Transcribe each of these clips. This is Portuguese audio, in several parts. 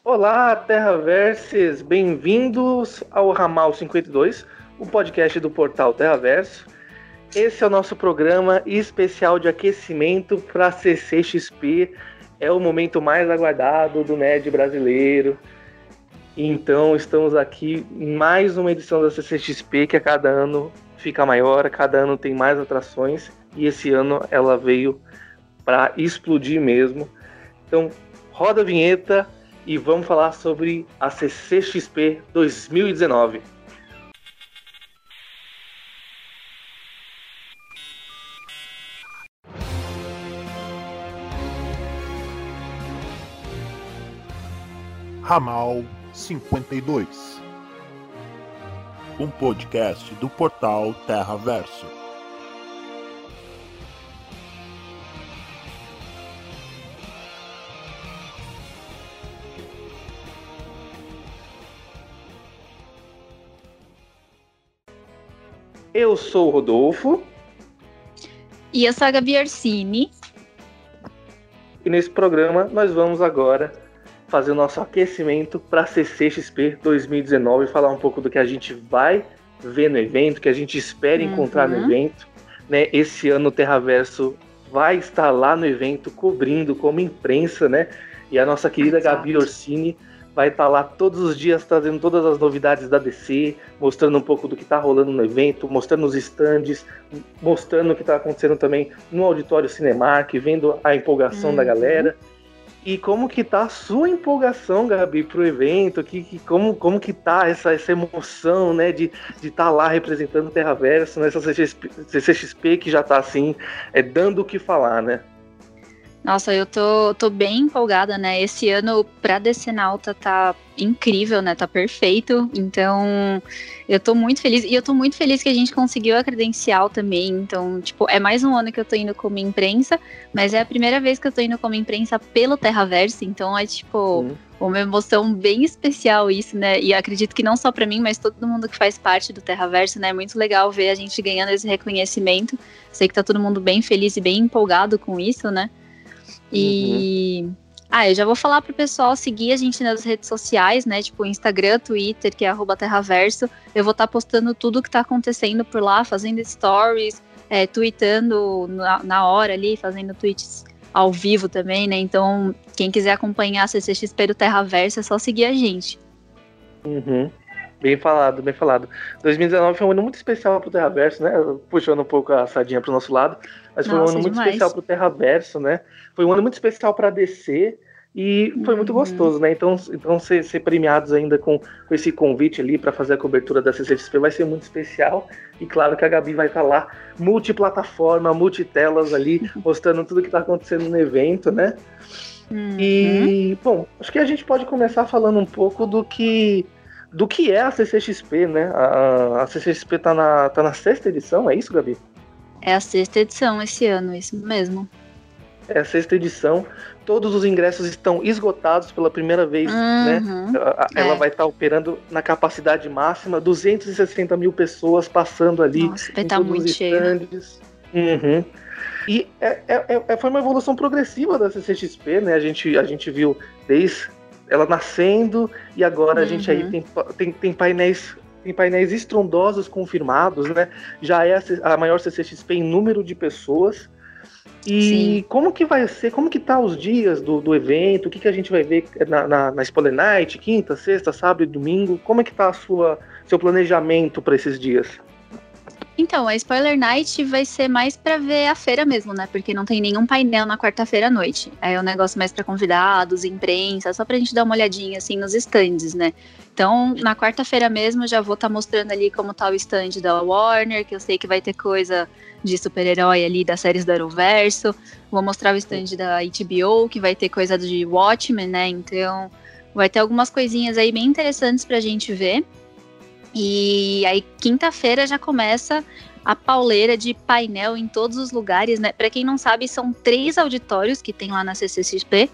Olá, Terraverses! Bem-vindos ao Ramal 52, o podcast do portal Terraverso. Esse é o nosso programa especial de aquecimento para CCXP. É o momento mais aguardado do nerd brasileiro. Então, estamos aqui em mais uma edição da CCXP, que a cada ano fica maior, a cada ano tem mais atrações, e esse ano ela veio para explodir mesmo. Então, roda a vinheta e vamos falar sobre a CCXP 2019. Ramal 52, um podcast do portal Terraverso. Eu sou o Rodolfo. E eu sou a Gabi Orsini. E nesse programa nós vamos agora fazer o nosso aquecimento para a CCXP 2019, falar um pouco do que a gente vai ver no evento, que a gente espera encontrar no evento. Né? Esse ano o Terraverso vai estar lá no evento, cobrindo como imprensa, né? E a nossa querida Gabi Orsini vai estar lá todos os dias trazendo todas as novidades da DC, mostrando um pouco do que está rolando no evento, mostrando os stands, mostrando o que está acontecendo também no Auditório Cinemark, vendo a empolgação da galera. E como que tá a sua empolgação, Gabi, pro evento? Como que tá essa emoção, né, de estar lá representando o Terraverso nessa CCXP que já tá assim, dando o que falar, né? Nossa, eu tô bem empolgada, né? Esse ano pra Decenalta tá incrível, né? Tá perfeito. Então, eu tô muito feliz. E eu tô muito feliz que a gente conseguiu a credencial também. Então, tipo, é mais um ano que eu tô indo como imprensa, mas é a primeira vez que eu tô indo como imprensa pelo Terraverso. Então, é tipo uma emoção bem especial isso, né? E acredito que não só pra mim, mas todo mundo que faz parte do Terraverso, né? É muito legal ver a gente ganhando esse reconhecimento. Sei que tá todo mundo bem feliz e bem empolgado com isso, né? E eu já vou falar pro pessoal seguir a gente nas redes sociais, né, tipo Instagram, Twitter, que é @terraverso. Eu vou estar postando tudo que tá acontecendo por lá, fazendo stories, tweetando na hora ali, fazendo tweets ao vivo também, né, então quem quiser acompanhar a CCXP do Terraverso é só seguir a gente. Bem falado, bem falado. 2019 foi um ano muito especial pro Terraverso, né? Puxando um pouco a sardinha pro nosso lado, mas foi um ano muito especial pro Terraverso, né? Foi um ano muito especial pra DC e foi muito gostoso, né? Então ser premiados ainda com esse convite ali pra fazer a cobertura da CCXP vai ser muito especial. E claro que a Gabi vai estar lá, multiplataforma, multitelas ali, mostrando tudo que tá acontecendo no evento, né? E, bom, acho que a gente pode começar falando um pouco do que é a CCXP, né? A CCXP tá na sexta edição, é isso, Gabi? É a sexta edição esse ano, isso mesmo. É a sexta edição. Todos os ingressos estão esgotados pela primeira vez, né? Ela vai estar operando na capacidade máxima, 260 mil pessoas passando ali. Nossa, vai estar muito cheio. E foi uma evolução progressiva da CCXP, né? A gente viu desde ela nascendo, e agora a gente aí tem painéis estrondosos confirmados, né? Já é a maior CCXP em número de pessoas. E como que vai ser, como que tá os dias do evento? O que a gente vai ver na Spoiler Night, quinta, sexta, sábado e domingo? Como é que tá seu planejamento para esses dias? Então, a Spoiler Night vai ser mais pra ver a feira mesmo, né? Porque não tem nenhum painel na quarta-feira à noite. É um negócio mais pra convidados, imprensa, só pra gente dar uma olhadinha, assim, nos stands, né? Então, na quarta-feira mesmo, já vou estar mostrando ali como tá o stand da Warner, que eu sei que vai ter coisa de super-herói ali, das séries do Arrowverso. Vou mostrar o stand da HBO, que vai ter coisa de Watchmen, né? Então, vai ter algumas coisinhas aí bem interessantes pra gente ver. E aí, quinta-feira já começa a pauleira de painel em todos os lugares, né? Pra quem não sabe, são 3 auditórios que tem lá na CCXP,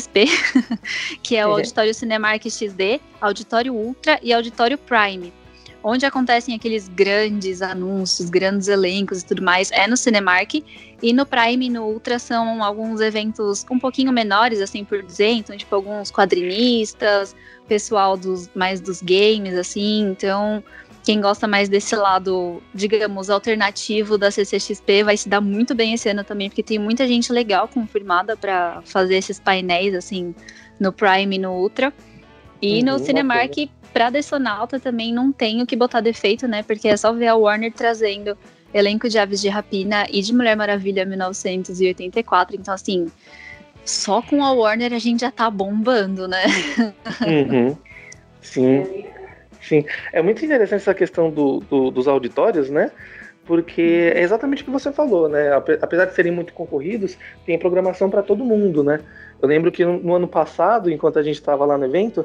que é o Auditório Cinemark XD, Auditório Ultra e Auditório Prime. onde acontecem aqueles grandes anúncios, grandes elencos e tudo mais, é no Cinemark. E no Prime e no Ultra são alguns eventos um pouquinho menores, assim, por dizer. Então, tipo, alguns quadrinistas, pessoal mais dos games, assim. Então, quem gosta mais desse lado, digamos, alternativo da CCXP vai se dar muito bem esse ano também, porque tem muita gente legal confirmada para fazer esses painéis, assim, no Prime e no Ultra. E no Cinemark, pra Decenalta também não tem o que botar defeito, né? Porque é só ver a Warner trazendo elenco de Aves de Rapina e de Mulher Maravilha 1984. Então, assim, só com a Warner a gente já tá bombando, né? Sim. Sim. É muito interessante essa questão dos auditórios, né? Porque é exatamente o que você falou, né? Apesar de serem muito concorridos, tem programação para todo mundo, né? Eu lembro que no ano passado, enquanto a gente estava lá no evento,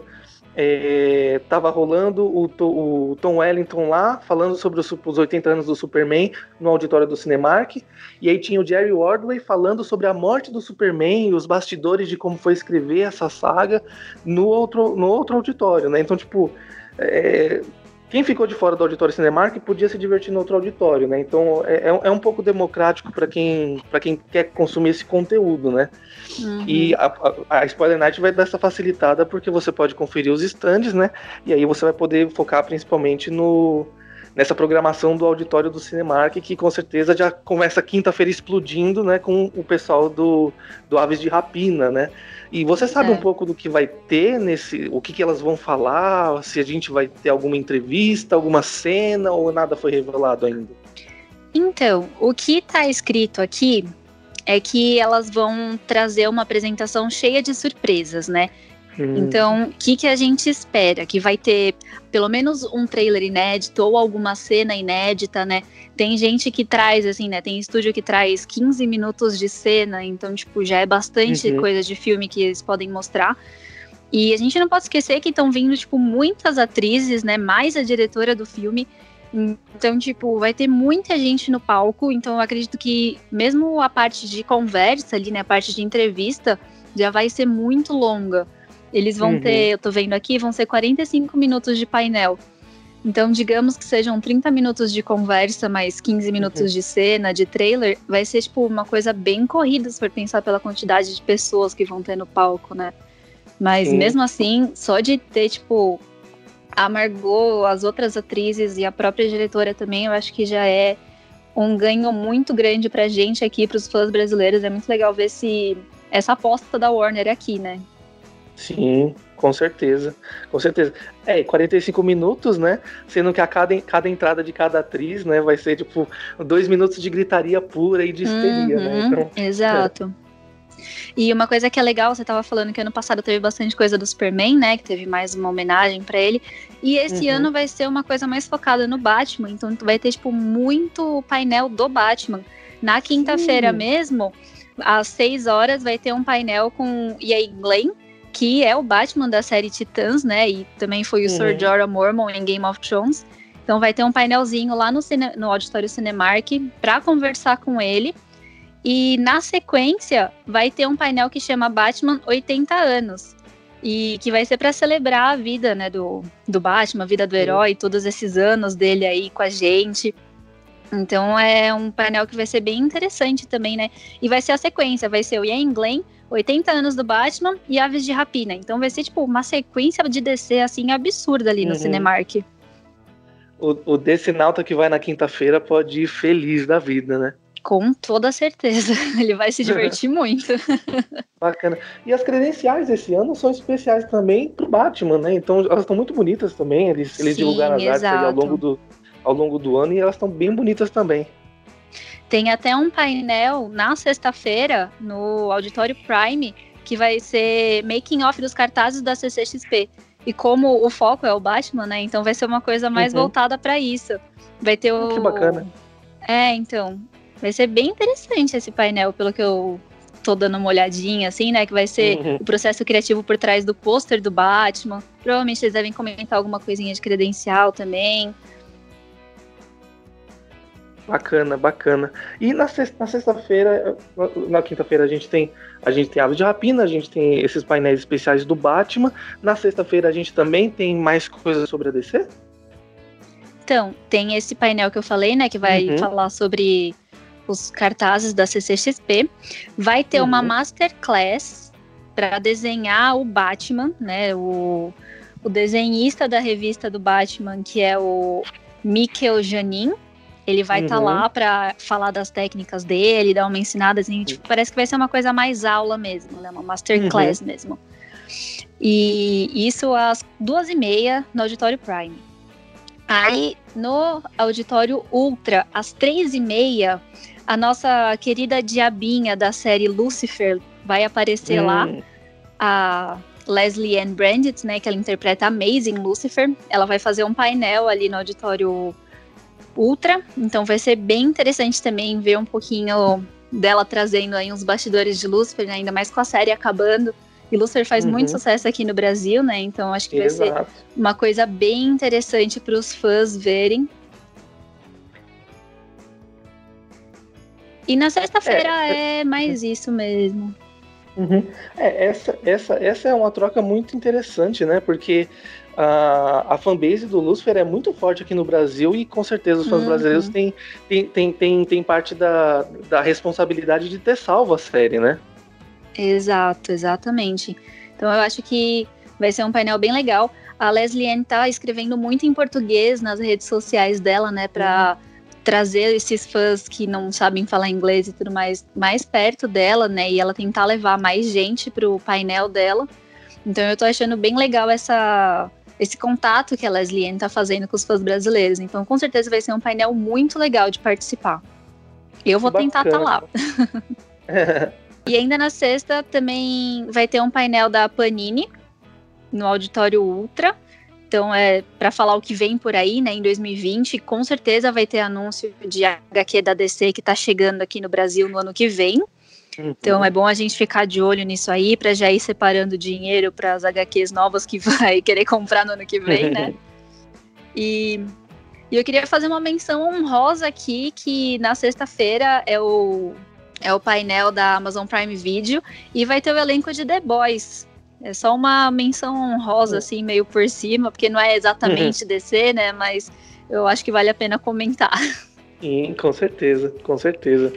tava rolando o Tom Wellington lá, falando sobre os 80 anos do Superman no auditório do Cinemark, e aí tinha o Jerry Ordway falando sobre a morte do Superman e os bastidores de como foi escrever essa saga no outro auditório, né? Então, tipo, quem ficou de fora do auditório Cinemark podia se divertir no outro auditório, né? Então é um pouco democrático para quem quer consumir esse conteúdo, né? E a Spoiler Night vai dar essa facilitada porque você pode conferir os stands, né? E aí você vai poder focar principalmente nessa programação do auditório do Cinemark, que com certeza já começa quinta-feira explodindo, né? Com o pessoal do Aves de Rapina, né? E você sabe um pouco do que vai ter o que elas vão falar, se a gente vai ter alguma entrevista, alguma cena, ou nada foi revelado ainda? Então, o que tá escrito aqui é que elas vão trazer uma apresentação cheia de surpresas, né? Então, o que a gente espera? Que vai ter pelo menos um trailer inédito ou alguma cena inédita, né? Tem gente que traz, assim, né? Tem estúdio que traz 15 minutos de cena, então, tipo, já é bastante coisa de filme que eles podem mostrar. E a gente não pode esquecer que estão vindo, tipo, muitas atrizes, né? Mais a diretora do filme. Então, tipo, vai ter muita gente no palco. Então, eu acredito que mesmo a parte de conversa ali, né? A parte de entrevista já vai ser muito longa. Eles vão ter, eu tô vendo aqui, vão ser 45 minutos de painel. Então, digamos que sejam 30 minutos de conversa, mais 15 minutos de cena, de trailer. Vai ser, tipo, uma coisa bem corrida, se for pensar pela quantidade de pessoas que vão ter no palco, né? Mas, mesmo assim, só de ter, tipo, a Margot, as outras atrizes e a própria diretora também, eu acho que já é um ganho muito grande pra gente aqui, pros fãs brasileiros. É muito legal ver essa aposta da Warner aqui, né? Sim, com certeza. Com certeza. 45 minutos, né? Sendo que a cada entrada de cada atriz, né, vai ser tipo 2 minutos de gritaria pura e de histeria, né? Então, exato. E uma coisa que é legal, você tava falando que ano passado teve bastante coisa do Superman, né? Que teve mais uma homenagem pra ele. E esse ano vai ser uma coisa mais focada no Batman. Então vai ter, tipo, muito painel do Batman. Na quinta-feira mesmo, às 6 horas, vai ter um painel com Ian Glen, que é o Batman da série Titãs, né? E também foi o Sir Jorah Mormont em Game of Thrones. Então vai ter um painelzinho lá no auditório Cinemark para conversar com ele. E na sequência vai ter um painel que chama Batman 80 anos. E que vai ser para celebrar a vida, né, do Batman, a vida do herói, todos esses anos dele aí com a gente. Então é um painel que vai ser bem interessante também, né? E vai ser a sequência, vai ser o Ian Glen, 80 anos do Batman e Aves de Rapina. Então vai ser tipo uma sequência de DC assim absurda ali no Cinemark. O Decenalta que vai na quinta-feira pode ir feliz da vida, né? Com toda certeza. Ele vai se divertir muito. Bacana. E as credenciais desse ano são especiais também pro Batman, né? Então elas estão muito bonitas também. Eles divulgaram as artes aí ao longo do ano e elas estão bem bonitas também. Tem até um painel na sexta-feira no Auditório Prime que vai ser making off dos cartazes da CCXP. E como o foco é o Batman, né? Então vai ser uma coisa mais voltada para isso. Vai ter Que bacana. Então. Vai ser bem interessante esse painel, pelo que eu tô dando uma olhadinha, assim, né? Que vai ser o processo criativo por trás do pôster do Batman. Provavelmente eles devem comentar alguma coisinha de credencial também. Bacana, bacana. E na sexta-feira, na quinta-feira a gente tem Aves de Rapina, a gente tem esses painéis especiais do Batman. Na sexta-feira a gente também tem mais coisas sobre a DC? Então, tem esse painel que eu falei, né, que vai falar sobre os cartazes da CCXP. Vai ter uma masterclass para desenhar o Batman, né, o desenhista da revista do Batman, que é o Mikel Janin. Ele vai estar lá para falar das técnicas dele, dar uma ensinada, assim, tipo, parece que vai ser uma coisa mais aula mesmo, né, uma masterclass mesmo. E isso às 2h30 no Auditório Prime. Aí, no Auditório Ultra, às 3h30, a nossa querida diabinha da série Lucifer vai aparecer lá, a Leslie Ann Brandit, né, que ela interpreta a Amazing Lucifer. Ela vai fazer um painel ali no Auditório Ultra, então vai ser bem interessante também ver um pouquinho dela trazendo aí uns bastidores de Lucifer, né, ainda mais com a série acabando. E Lucifer faz muito sucesso aqui no Brasil, né? Então acho que vai ser uma coisa bem interessante para os fãs verem. E na sexta-feira é mais isso mesmo. Essa é uma troca muito interessante, né? Porque a fanbase do Lucifer é muito forte aqui no Brasil e com certeza os fãs brasileiros têm parte da responsabilidade de ter salvo a série, né? Exato, exatamente. Então eu acho que vai ser um painel bem legal. A Leslie Ann tá escrevendo muito em português nas redes sociais dela, né, para trazer esses fãs que não sabem falar inglês e tudo mais perto dela, né, e ela tentar levar mais gente pro painel dela. Então eu tô achando bem legal esse contato que a Leslie Ann tá fazendo com os fãs brasileiros. Então com certeza vai ser um painel muito legal de participar. Eu vou tentar estar lá. E ainda na sexta também vai ter um painel da Panini no Auditório Ultra. Então é para falar o que vem por aí, né, em 2020. Com certeza vai ter anúncio de HQ da DC que tá chegando aqui no Brasil no ano que vem. Então é bom a gente ficar de olho nisso aí para já ir separando dinheiro para as HQs novas que vai querer comprar no ano que vem, né? E eu queria fazer uma menção honrosa aqui que na sexta-feira é o painel da Amazon Prime Video e vai ter o elenco de The Boys. É só uma menção honrosa, assim, meio por cima, porque não é exatamente DC, né? Mas eu acho que vale a pena comentar. Sim, com certeza, com certeza.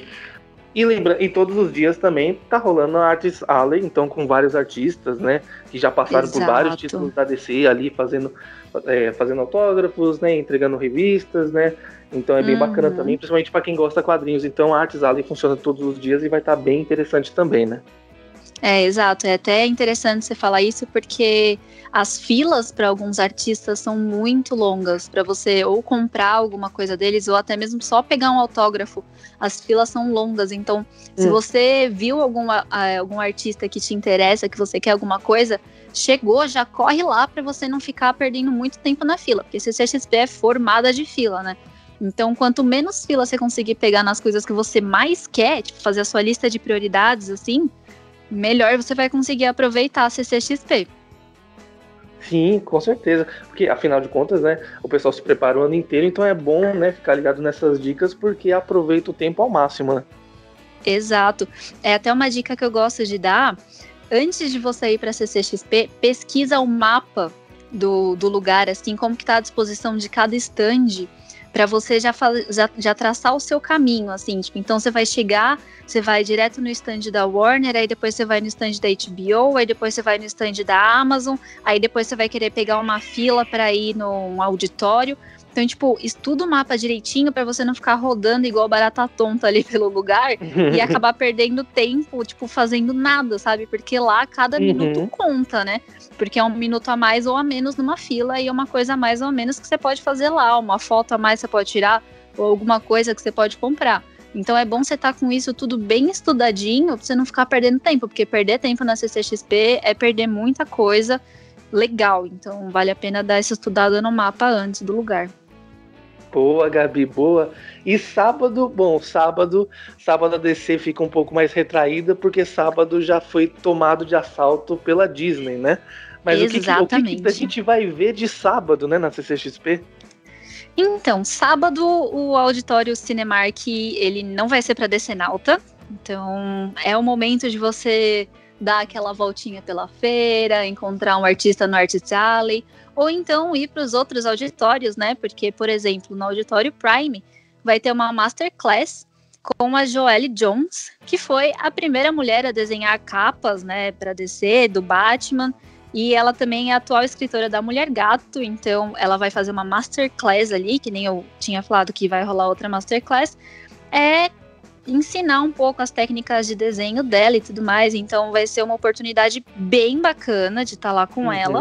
E todos os dias também tá rolando a Artist Alley, então com vários artistas, né? Que já passaram por vários títulos da DC ali, fazendo autógrafos, né? Entregando revistas, né? Então é bem bacana também, principalmente para quem gosta de quadrinhos. Então a Artist Alley funciona todos os dias e vai estar bem interessante também, né? É, exato. É até interessante você falar isso porque as filas para alguns artistas são muito longas para você ou comprar alguma coisa deles ou até mesmo só pegar um autógrafo. As filas são longas, então se você viu algum artista que te interessa, que você quer alguma coisa, chegou, já corre lá para você não ficar perdendo muito tempo na fila, porque CCXP é formada de fila, né? Então, quanto menos fila você conseguir pegar nas coisas que você mais quer, tipo, fazer a sua lista de prioridades, assim, melhor você vai conseguir aproveitar a CCXP. Sim, com certeza. Porque, afinal de contas, né, o pessoal se prepara o ano inteiro, então é bom, né, ficar ligado nessas dicas, porque aproveita o tempo ao máximo, né? Exato. É até uma dica que eu gosto de dar. Antes de você ir para a CCXP, pesquisa o mapa do lugar, assim, como que tá à disposição de cada stand, para você já traçar o seu caminho, assim, tipo, então você vai chegar, você vai direto no stand da Warner, aí depois você vai no stand da HBO, aí depois você vai no stand da Amazon, aí depois você vai querer pegar uma fila para ir num auditório. Então, tipo, estuda o mapa direitinho para você não ficar rodando igual barata tonta ali pelo lugar e acabar perdendo tempo, tipo, fazendo nada, sabe? Porque lá cada minuto conta, né? Porque é um minuto a mais ou a menos numa fila e é uma coisa a mais ou a menos que você pode fazer lá, uma foto a mais você pode tirar ou alguma coisa que você pode comprar. Então é bom você estar com isso tudo bem estudadinho pra você não ficar perdendo tempo, porque perder tempo na CCXP é perder muita coisa legal. Então vale a pena dar essa estudada no mapa antes do lugar. Boa, Gabi, boa. E sábado a DC fica um pouco mais retraída, porque sábado já foi tomado de assalto pela Disney, né? Mas o que a gente vai ver de sábado, né, na CCXP? Então, sábado o Auditório Cinemark, ele não vai ser para Decenalta. Então, é o momento de você dar aquela voltinha pela feira, encontrar um artista no Artist Alley, ou então ir para os outros auditórios, né? Porque, por exemplo, no Auditório Prime vai ter uma Masterclass com a Joelle Jones, que foi a primeira mulher a desenhar capas, né, para DC, do Batman, e ela também é a atual escritora da Mulher Gato, então ela vai fazer uma Masterclass ali, que nem eu tinha falado que vai rolar outra Masterclass, ensinar um pouco as técnicas de desenho dela e tudo mais, então vai ser uma oportunidade bem bacana de estar lá com ela.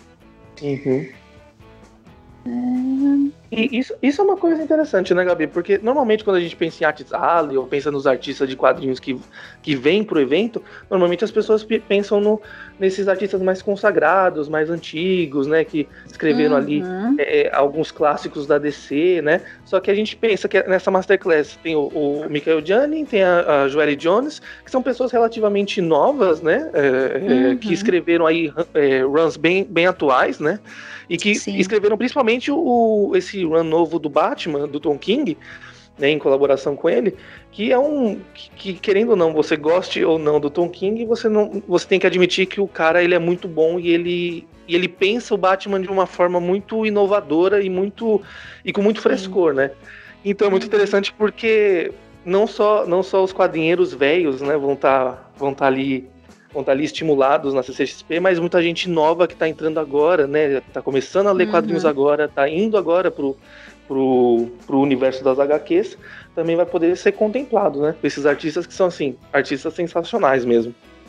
E isso é uma coisa interessante, né, Gabi? Porque normalmente quando a gente pensa em Artist Alley ou pensa nos artistas de quadrinhos que vêm pro evento, normalmente as pessoas pensam nesses artistas mais consagrados, mais antigos, né, que escreveram ali alguns clássicos da DC, né? Só que a gente pensa que nessa Masterclass tem o Michael Gianni, tem a Joelle Jones, que são pessoas relativamente novas, né, que escreveram aí runs bem atuais, né? E que escreveram principalmente esse run novo do Batman, do Tom King, né, em colaboração com ele, que é que querendo ou não, você goste ou não do Tom King, você tem que admitir que o cara ele é muito bom e ele pensa o Batman de uma forma muito inovadora e com muito frescor, né? Então é muito interessante porque não só os quadrinheiros velhos, né, vão tá ali estimulados na CCXP, mas muita gente nova que está entrando agora, né? Tá começando a ler quadrinhos agora, tá indo agora pro universo das HQs, também vai poder ser contemplado, né? Esses artistas que são, assim, artistas sensacionais mesmo.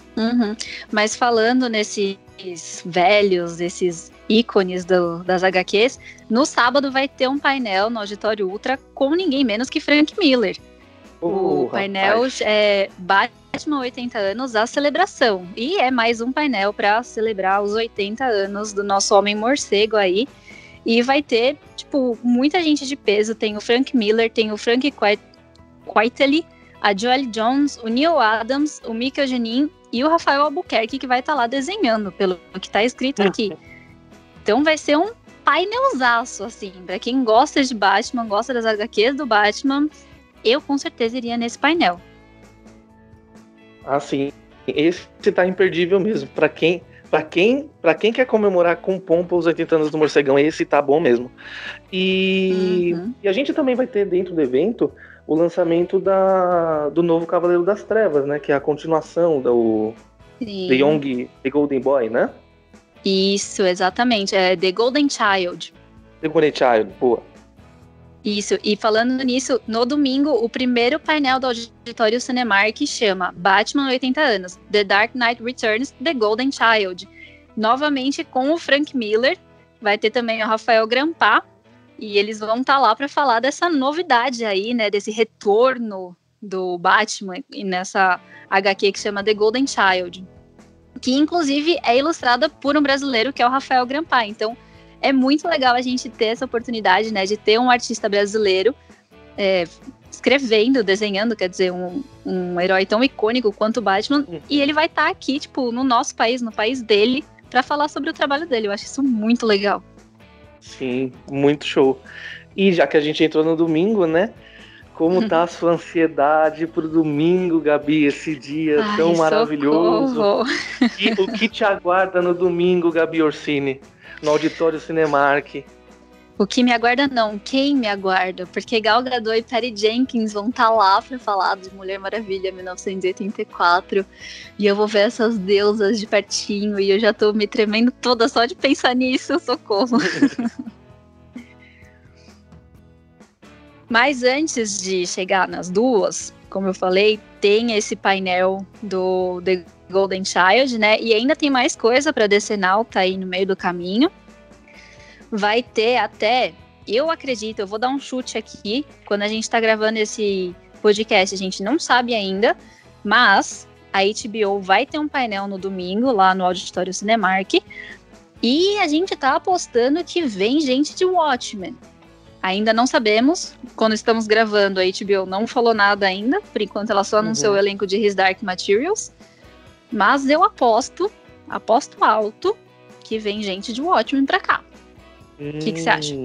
Mas falando nesses velhos, esses ícones das HQs, no sábado vai ter um painel no Auditório Ultra com ninguém menos que Frank Miller. O painel é Batman 80 anos, a celebração. E é mais um painel para celebrar os 80 anos do nosso Homem Morcego aí. E vai ter, tipo, muita gente de peso. Tem o Frank Miller, tem o Frank Quitely, a Joelle Jones, o Neil Adams, o Michael Janin e o Rafael Albuquerque, que vai estar lá desenhando, pelo que tá escrito aqui. Então vai ser um painelzaço, assim, pra quem gosta de Batman, gosta das HQs do Batman, eu com certeza iria nesse painel. Ah, sim. Esse tá imperdível mesmo. Pra quem quer comemorar com pompa os 80 anos do Morcegão, esse tá bom mesmo. E a gente também vai ter dentro do evento o lançamento do novo Cavaleiro das Trevas, né? Que é a continuação do The Golden Boy, né? Isso, exatamente. É The Golden Child. The Golden Child, boa. Isso, e falando nisso, no domingo, o primeiro painel do Auditório Cinemark chama Batman 80 anos, The Dark Knight Returns, The Golden Child. Novamente com o Frank Miller, vai ter também o Rafael Grampá, e eles vão estar lá para falar dessa novidade aí, né, desse retorno do Batman nessa HQ que chama The Golden Child, que inclusive é ilustrada por um brasileiro que é o Rafael Grampá, então é muito legal a gente ter essa oportunidade, né, de ter um artista brasileiro escrevendo, desenhando, quer dizer, um herói tão icônico quanto o Batman, e ele vai estar aqui, tipo, no nosso país, no país dele, para falar sobre o trabalho dele. Eu acho isso muito legal. Sim, muito show. E já que a gente entrou no domingo, né, como tá a sua ansiedade pro domingo, Gabi, esse dia tão maravilhoso? O que te aguarda no domingo, Gabi Orsini? No Auditório Cinemark. O que me aguarda não, quem me aguarda? Porque Gal Gadot e Patty Jenkins vão estar lá para falar de Mulher Maravilha 1984 e eu vou ver essas deusas de pertinho e eu já tô me tremendo toda só de pensar nisso, socorro. Mas antes de chegar nas duas, como eu falei, tem esse painel do The Golden Child, né? E ainda tem mais coisa para Decenal, tá aí no meio do caminho. Vai ter até, eu acredito, eu vou dar um chute aqui, quando a gente tá gravando esse podcast, a gente não sabe ainda, mas a HBO vai ter um painel no domingo, lá no Auditório Cinemark, e a gente tá apostando que vem gente de Watchmen. Ainda não sabemos, quando estamos gravando, a HBO não falou nada ainda, por enquanto ela só anunciou o elenco de His Dark Materials, mas eu aposto alto, que vem gente de Watchmen pra cá. O que você acha?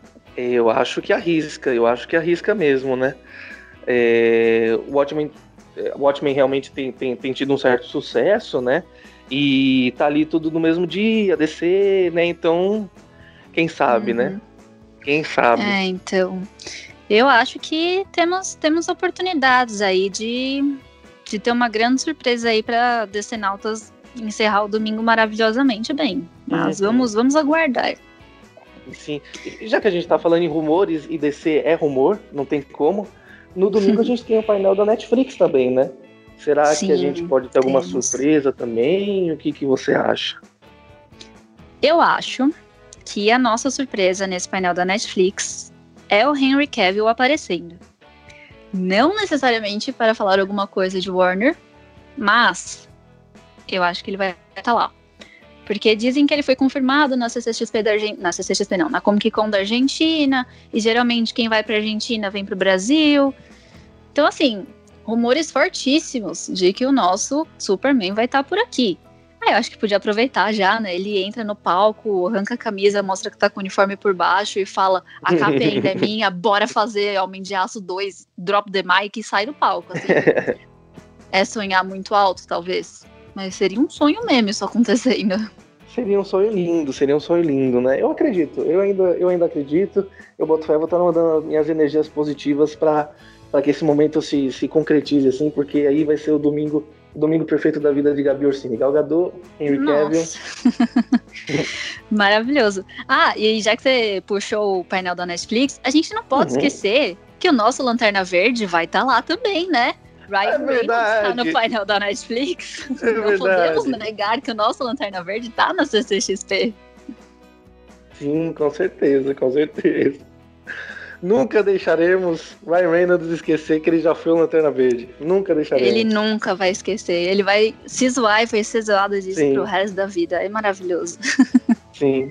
Eu acho que arrisca mesmo, né? O Watchmen o Watchmen realmente tem tido um certo sucesso, né? E tá ali tudo no mesmo dia, DC, né? Então, quem sabe, né? Quem sabe? Então, eu acho que temos oportunidades aí de ter uma grande surpresa aí pra Decenautas encerrar o domingo maravilhosamente bem. Mas vamos aguardar. Sim, já que a gente tá falando em rumores e DC é rumor, não tem como. No domingo a gente tem o painel da Netflix também, né? Será que a gente pode ter alguma surpresa também? O que você acha? Eu acho que a nossa surpresa nesse painel da Netflix é o Henry Cavill aparecendo. Não necessariamente para falar alguma coisa de Warner, mas eu acho que ele vai estar lá. Porque dizem que ele foi confirmado na CCXP na Comic Con da Argentina, e geralmente quem vai pra Argentina vem pro Brasil. Então, assim, rumores fortíssimos de que o nosso Superman vai estar por aqui. Eu acho que podia aproveitar já, né? Ele entra no palco, arranca a camisa, mostra que tá com o uniforme por baixo e fala: a capa ainda é minha, bora fazer Homem de Aço 2, drop the mic e sai do palco. Assim. É sonhar muito alto, talvez. Mas seria um sonho mesmo isso acontecendo. Seria um sonho lindo, né? Eu acredito, eu ainda acredito. Eu boto fé, vou estar mandando minhas energias positivas para que esse momento se concretize, assim, porque aí vai ser o domingo perfeito da vida de Gabi Orsini. Gal Gadot, Henry Cavill. Maravilhoso. E já que você puxou o painel da Netflix, a gente não pode esquecer que o nosso Lanterna Verde vai estar lá também, né? Ryan Reynolds tá no painel da Netflix. Não podemos negar que o nosso Lanterna Verde tá na CCXP. Sim, com certeza. Nunca deixaremos Ryan Reynolds esquecer que ele já foi o Lanterna Verde. Nunca deixaremos. Ele nunca vai esquecer. Ele vai se zoar e vai ser zoado disso pro resto da vida. É maravilhoso. Sim.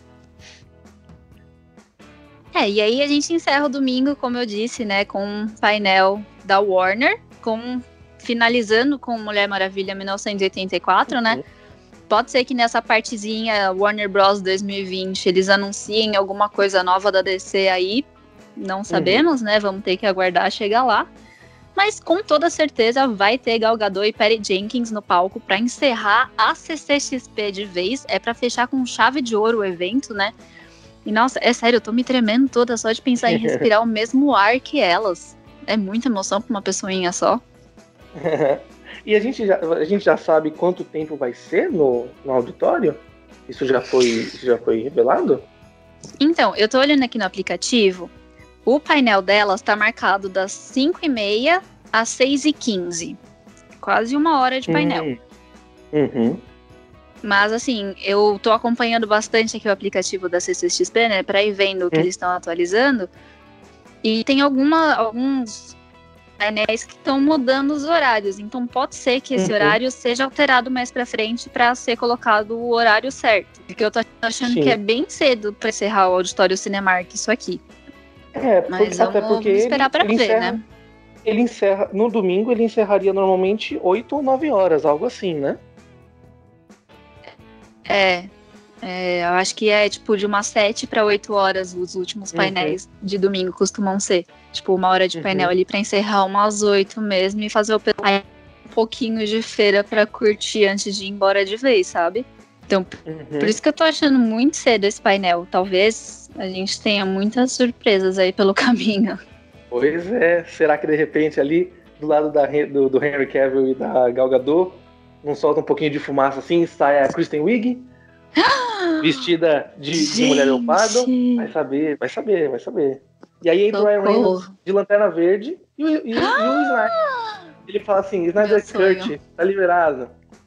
E aí a gente encerra o domingo, como eu disse, né, com um painel da Warner, finalizando com Mulher Maravilha 1984, né? Pode ser que nessa partezinha Warner Bros 2020 eles anunciem alguma coisa nova da DC aí, não sabemos, né? Vamos ter que aguardar chegar lá. Mas com toda certeza vai ter Gal Gadot e Patty Jenkins no palco para encerrar a CCXP de vez. É para fechar com chave de ouro o evento, né? E nossa, é sério, eu tô me tremendo toda só de pensar em respirar o mesmo ar que elas. É muita emoção pra uma pessoinha só. E a gente já sabe quanto tempo vai ser no auditório? Isso já foi revelado? Então, eu tô olhando aqui no aplicativo. O painel delas tá marcado das 5h30 às 6h15. Quase 1 hora de painel. Mas assim, eu tô acompanhando bastante aqui o aplicativo da CCXP, né? Pra ir vendo o que eles estão atualizando. E tem alguns painéis que estão mudando os horários. Então pode ser que esse horário seja alterado mais pra frente pra ser colocado o horário certo. Porque eu tô achando que é bem cedo pra encerrar o Auditório Cinemark isso aqui. Mas vamos esperar pra ver, né? Ele encerra, no domingo ele encerraria normalmente 8 ou 9 horas, algo assim, né? Eu acho que é tipo de umas 7 para 8 horas os últimos painéis de domingo costumam ser. Tipo, 1 hora de painel ali pra encerrar umas 8 mesmo e fazer um pouquinho de feira pra curtir antes de ir embora de vez, sabe? Então, por isso que eu tô achando muito cedo esse painel. Talvez a gente tenha muitas surpresas aí pelo caminho. Pois é. Será que de repente ali, do lado do Henry Cavill e da Gal Gadot, não solta um pouquinho de fumaça assim, sai a Kristen Wiig, vestida de mulher leopardo? Vai saber. E aí entra o Ryan Reynolds de Lanterna Verde e o Snyder. Ele fala assim, Snyder Cut, tá liberado.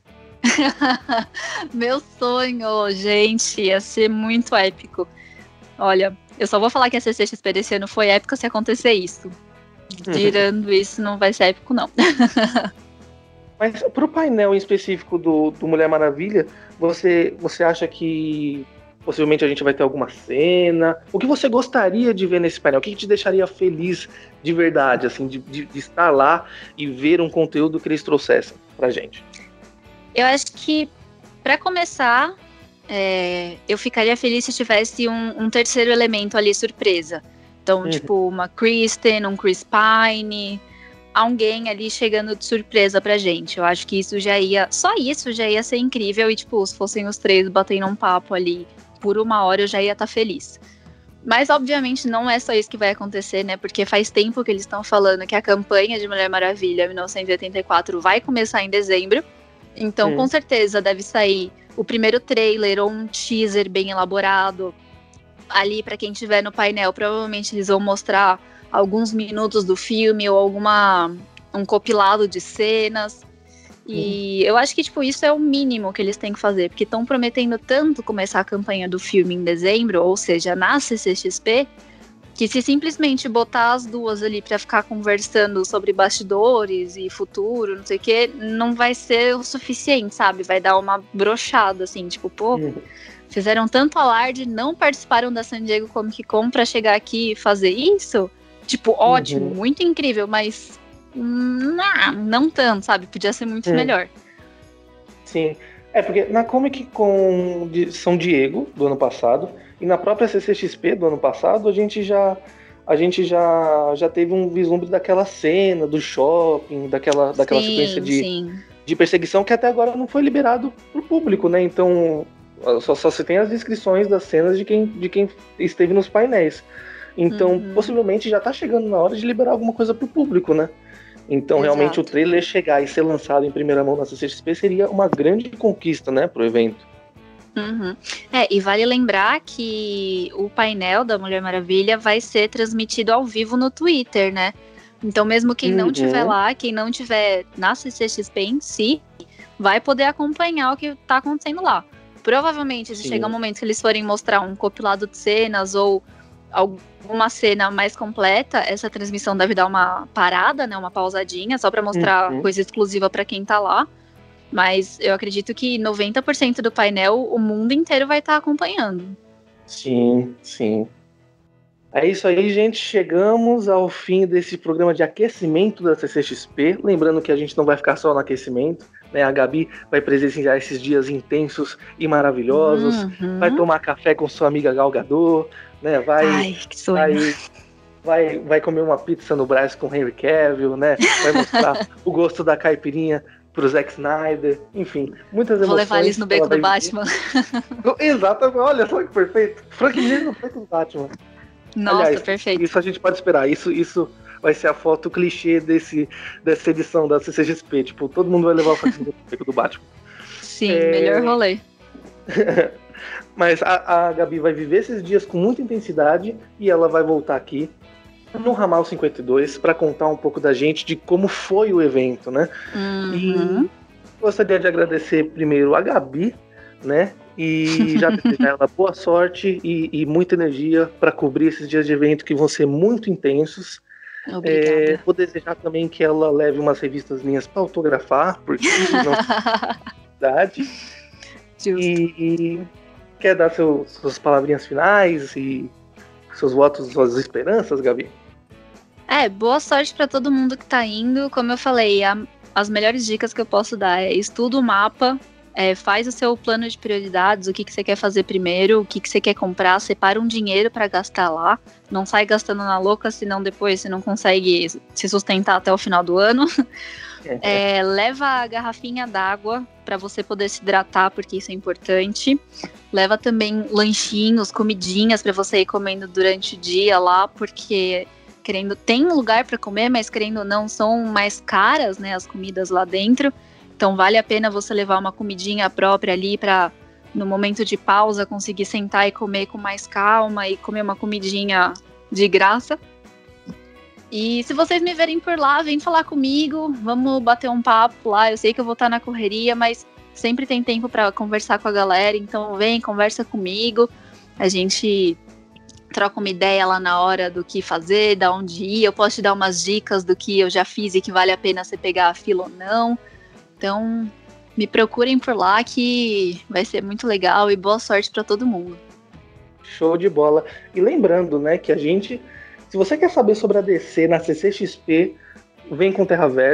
Meu sonho, gente, ia ser muito épico. Olha, eu só vou falar que a CCXP desse ano foi épica se acontecer isso. Tirando isso, não vai ser épico, não. Mas pro painel em específico do Mulher Maravilha, você acha que possivelmente a gente vai ter alguma cena? O que você gostaria de ver nesse painel? O que te deixaria feliz de verdade, assim, de estar lá e ver um conteúdo que eles trouxessem pra gente? Eu acho que, pra começar, eu ficaria feliz se tivesse um terceiro elemento ali, surpresa. Então, tipo, uma Kristen, um Chris Pine, alguém ali chegando de surpresa pra gente. Eu acho que só isso já ia ser incrível e, tipo, se fossem os 3 batendo um papo ali por 1 hora, eu já ia estar feliz. Mas, obviamente, não é só isso que vai acontecer, né? Porque faz tempo que eles estão falando que a campanha de Mulher Maravilha 1984 vai começar em dezembro. Então, com certeza, deve sair o primeiro trailer ou um teaser bem elaborado. Ali, pra quem estiver no painel, provavelmente eles vão mostrar alguns minutos do filme ou um compilado de cenas. E eu acho que, tipo, isso é o mínimo que eles têm que fazer, porque estão prometendo tanto começar a campanha do filme em dezembro, ou seja, na CCXP, que se simplesmente botar as duas ali pra ficar conversando sobre bastidores e futuro, não sei o que, não vai ser o suficiente, sabe? Vai dar uma brochada, assim, tipo, pô, fizeram tanto alarde, não participaram da San Diego Comic Con pra chegar aqui e fazer isso? Tipo, ótimo, muito incrível, mas não tanto, sabe? Podia ser muito melhor. Sim. Porque na Comic Con de São Diego, do ano passado, e na própria CCXP do ano passado, a gente já teve um vislumbre daquela cena do shopping, daquela sequência de perseguição que até agora não foi liberado pro público, né? Então, só se tem as descrições das cenas de quem esteve nos painéis. Então, possivelmente já tá chegando na hora de liberar alguma coisa pro público, né? Então, realmente, o trailer chegar e ser lançado em primeira mão na CCXP seria uma grande conquista, né, pro evento. E vale lembrar que o painel da Mulher Maravilha vai ser transmitido ao vivo no Twitter, né? Então, mesmo quem não estiver lá, quem não estiver na CCXP em si, vai poder acompanhar o que tá acontecendo lá. Provavelmente, se chegar um momento que eles forem mostrar um compilado de cenas ou alguma cena mais completa, essa transmissão deve dar uma parada, né, uma pausadinha, só para mostrar coisa exclusiva para quem tá lá. Mas eu acredito que 90% do painel, o mundo inteiro vai estar acompanhando. Sim. É isso aí, gente. Chegamos ao fim desse programa de aquecimento da CCXP. Lembrando que a gente não vai ficar só no aquecimento, né? A Gabi vai presenciar esses dias intensos e maravilhosos. Vai tomar café com sua amiga Gal Gadot, né? Vai comer uma pizza no Brás com Henry Cavill, né? Vai mostrar o gosto da caipirinha pro Zack Snyder, enfim, muitas emoções. Vou levar eles no beco do Batman. Exatamente, olha só que perfeito. Frank Miller no beco do Batman. Nossa, aliás, perfeito. Isso a gente pode esperar, isso vai ser a foto clichê dessa edição da CCXP, tipo, todo mundo vai levar o Frank Miller no beco do Batman. Sim, melhor rolê. Mas a Gabi vai viver esses dias com muita intensidade e ela vai voltar aqui no Ramal 52 para contar um pouco da gente de como foi o evento, né? E gostaria de agradecer primeiro a Gabi, né? E já desejar ela boa sorte e muita energia para cobrir esses dias de evento que vão ser muito intensos. Obrigada. Vou desejar também que ela leve umas revistas minhas para autografar, porque não é verdade. E quer dar suas palavrinhas finais e seus votos, suas esperanças, Gabi? Boa sorte para todo mundo que tá indo. Como eu falei, as melhores dicas que eu posso dar é estuda o mapa, faz o seu plano de prioridades, o que você quer fazer primeiro, o que você quer comprar, separa um dinheiro para gastar lá, não sai gastando na louca, senão depois você não consegue se sustentar até o final do ano. Leva a garrafinha d'água para você poder se hidratar, porque isso é importante. Leva também lanchinhos, comidinhas para você ir comendo durante o dia lá, porque tem lugar para comer, mas querendo ou não, são mais caras, né, as comidas lá dentro. Então vale a pena você levar uma comidinha própria ali para, no momento de pausa, conseguir sentar e comer com mais calma e comer uma comidinha de graça. E se vocês me verem por lá, vem falar comigo, vamos bater um papo lá. Eu sei que eu vou estar na correria, mas sempre tem tempo para conversar com a galera, então vem, conversa comigo. A gente troca uma ideia lá na hora do que fazer, da onde ir. Eu posso te dar umas dicas do que eu já fiz e que vale a pena você pegar a fila ou não. Então, me procurem por lá que vai ser muito legal e boa sorte para todo mundo. Show de bola. E lembrando, né, que se você quer saber sobre a DC na CCXP, vem com o Terraverso,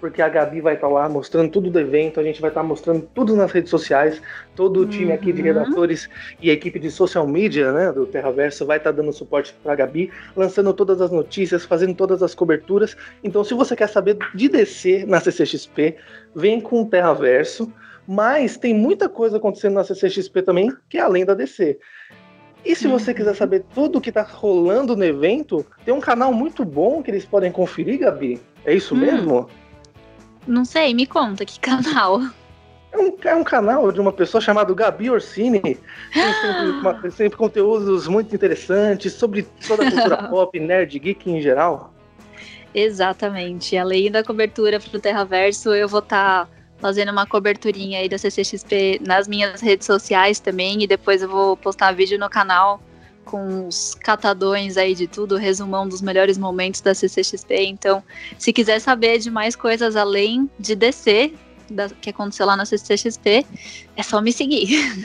porque a Gabi vai estar lá mostrando tudo do evento, a gente vai estar mostrando tudo nas redes sociais, todo o time aqui de redatores e a equipe de social media, né, do Terraverso vai estar dando suporte para a Gabi, lançando todas as notícias, fazendo todas as coberturas. Então, se você quer saber de DC na CCXP, vem com o Terraverso, mas tem muita coisa acontecendo na CCXP também, que é além da DC. E se você quiser saber tudo o que está rolando no evento, tem um canal muito bom que eles podem conferir, Gabi. É isso mesmo? Não sei, me conta, que canal? É um canal de uma pessoa chamada Gabi Orsini. Tem sempre conteúdos muito interessantes sobre toda a cultura pop, nerd, geek em geral. Exatamente. Além da cobertura pro Terraverso, eu vou estar fazendo uma coberturinha aí da CCXP nas minhas redes sociais também. E depois eu vou postar vídeo no canal com os catadões aí de tudo, resumão dos melhores momentos da CCXP. Então, se quiser saber de mais coisas além de DC, que aconteceu lá na CCXP, é só me seguir.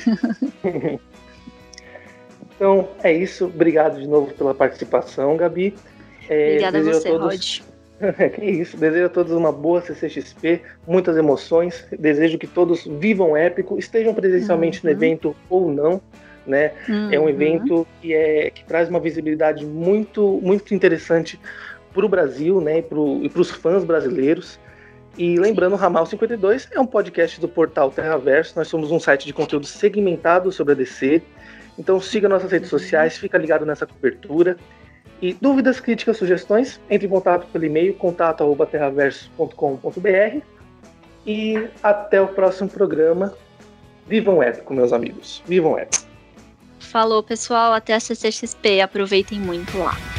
Então, é isso. Obrigado de novo pela participação, Gabi. Obrigada a você, Rod. Que isso. Desejo a todos uma boa CCXP, muitas emoções. Desejo que todos vivam épico, estejam presencialmente no evento ou não. Né? É um evento que traz uma visibilidade muito, muito interessante para o Brasil, né? E para os fãs brasileiros. E lembrando, o Ramal 52 é um podcast do portal Terraverso. Nós somos um site de conteúdo segmentado sobre a DC. Então siga nossas redes sociais, fica ligado nessa cobertura. E dúvidas, críticas, sugestões, entre em contato pelo e-mail contato@terraverso.com.br. E até o próximo programa. Vivam épico, meus amigos. Vivam épico. Falou, pessoal. Até a CCXP. Aproveitem muito lá.